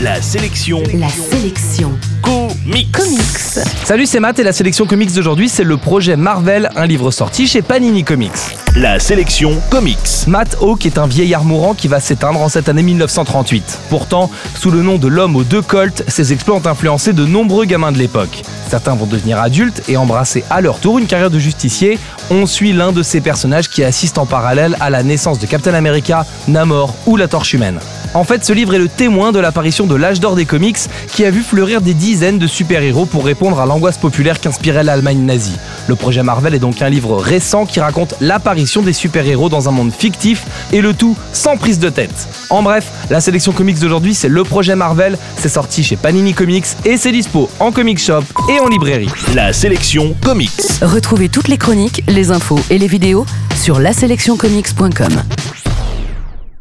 La sélection comics. Salut, c'est Matt et la sélection comics d'aujourd'hui, c'est le projet Marvel, un livre sorti chez Panini Comics. La sélection comics. Matt Hawke est un vieillard mourant qui va s'éteindre en cette année 1938. Pourtant, sous le nom de l'homme aux deux colts, ses exploits ont influencé de nombreux gamins de l'époque. Certains vont devenir adultes et embrasser à leur tour une carrière de justicier. On suit l'un de ces personnages qui assiste en parallèle à la naissance de Captain America, Namor ou la Torche Humaine. En fait, ce livre est le témoin de l'apparition de l'âge d'or des comics qui a vu fleurir des dizaines de super-héros pour répondre à l'angoisse populaire qu'inspirait l'Allemagne nazie. Le projet Marvel est donc un livre récent qui raconte l'apparition des super-héros dans un monde fictif et le tout sans prise de tête. En bref, la sélection comics d'aujourd'hui, c'est le projet Marvel, c'est sorti chez Panini Comics et c'est dispo en comic shop et en librairie. La sélection comics. Retrouvez toutes les chroniques, les infos et les vidéos sur laselectioncomics.com.